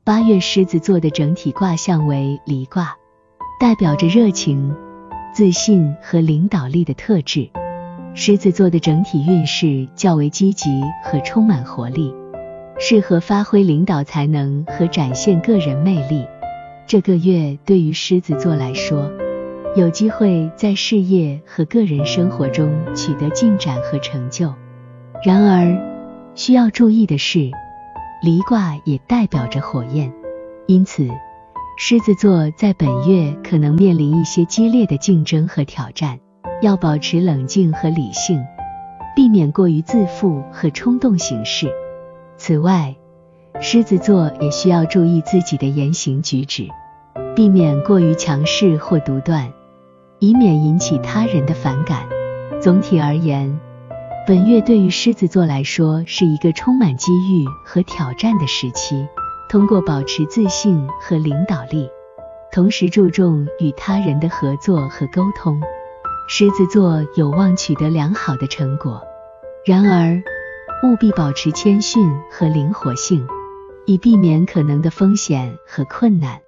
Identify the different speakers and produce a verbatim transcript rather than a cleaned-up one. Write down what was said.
Speaker 1: 八月狮子座的整体卦象为离卦，代表着热情、自信和领导力的特质。狮子座的整体运势较为积极和充满活力，适合发挥领导才能和展现个人魅力。这个月对于狮子座来说，有机会在事业和个人生活中取得进展和成就。然而，需要注意的是，离卦也代表着火焰，因此，狮子座在本月可能面临一些激烈的竞争和挑战，要保持冷静和理性，避免过于自负和冲动行事。此外，狮子座也需要注意自己的言行举止，避免过于强势或独断，以免引起他人的反感。总体而言，本月对于狮子座来说是一个充满机遇和挑战的时期。通过保持自信和领导力，同时注重与他人的合作和沟通，狮子座有望取得良好的成果。然而，务必保持谦逊和灵活性，以避免可能的风险和困难。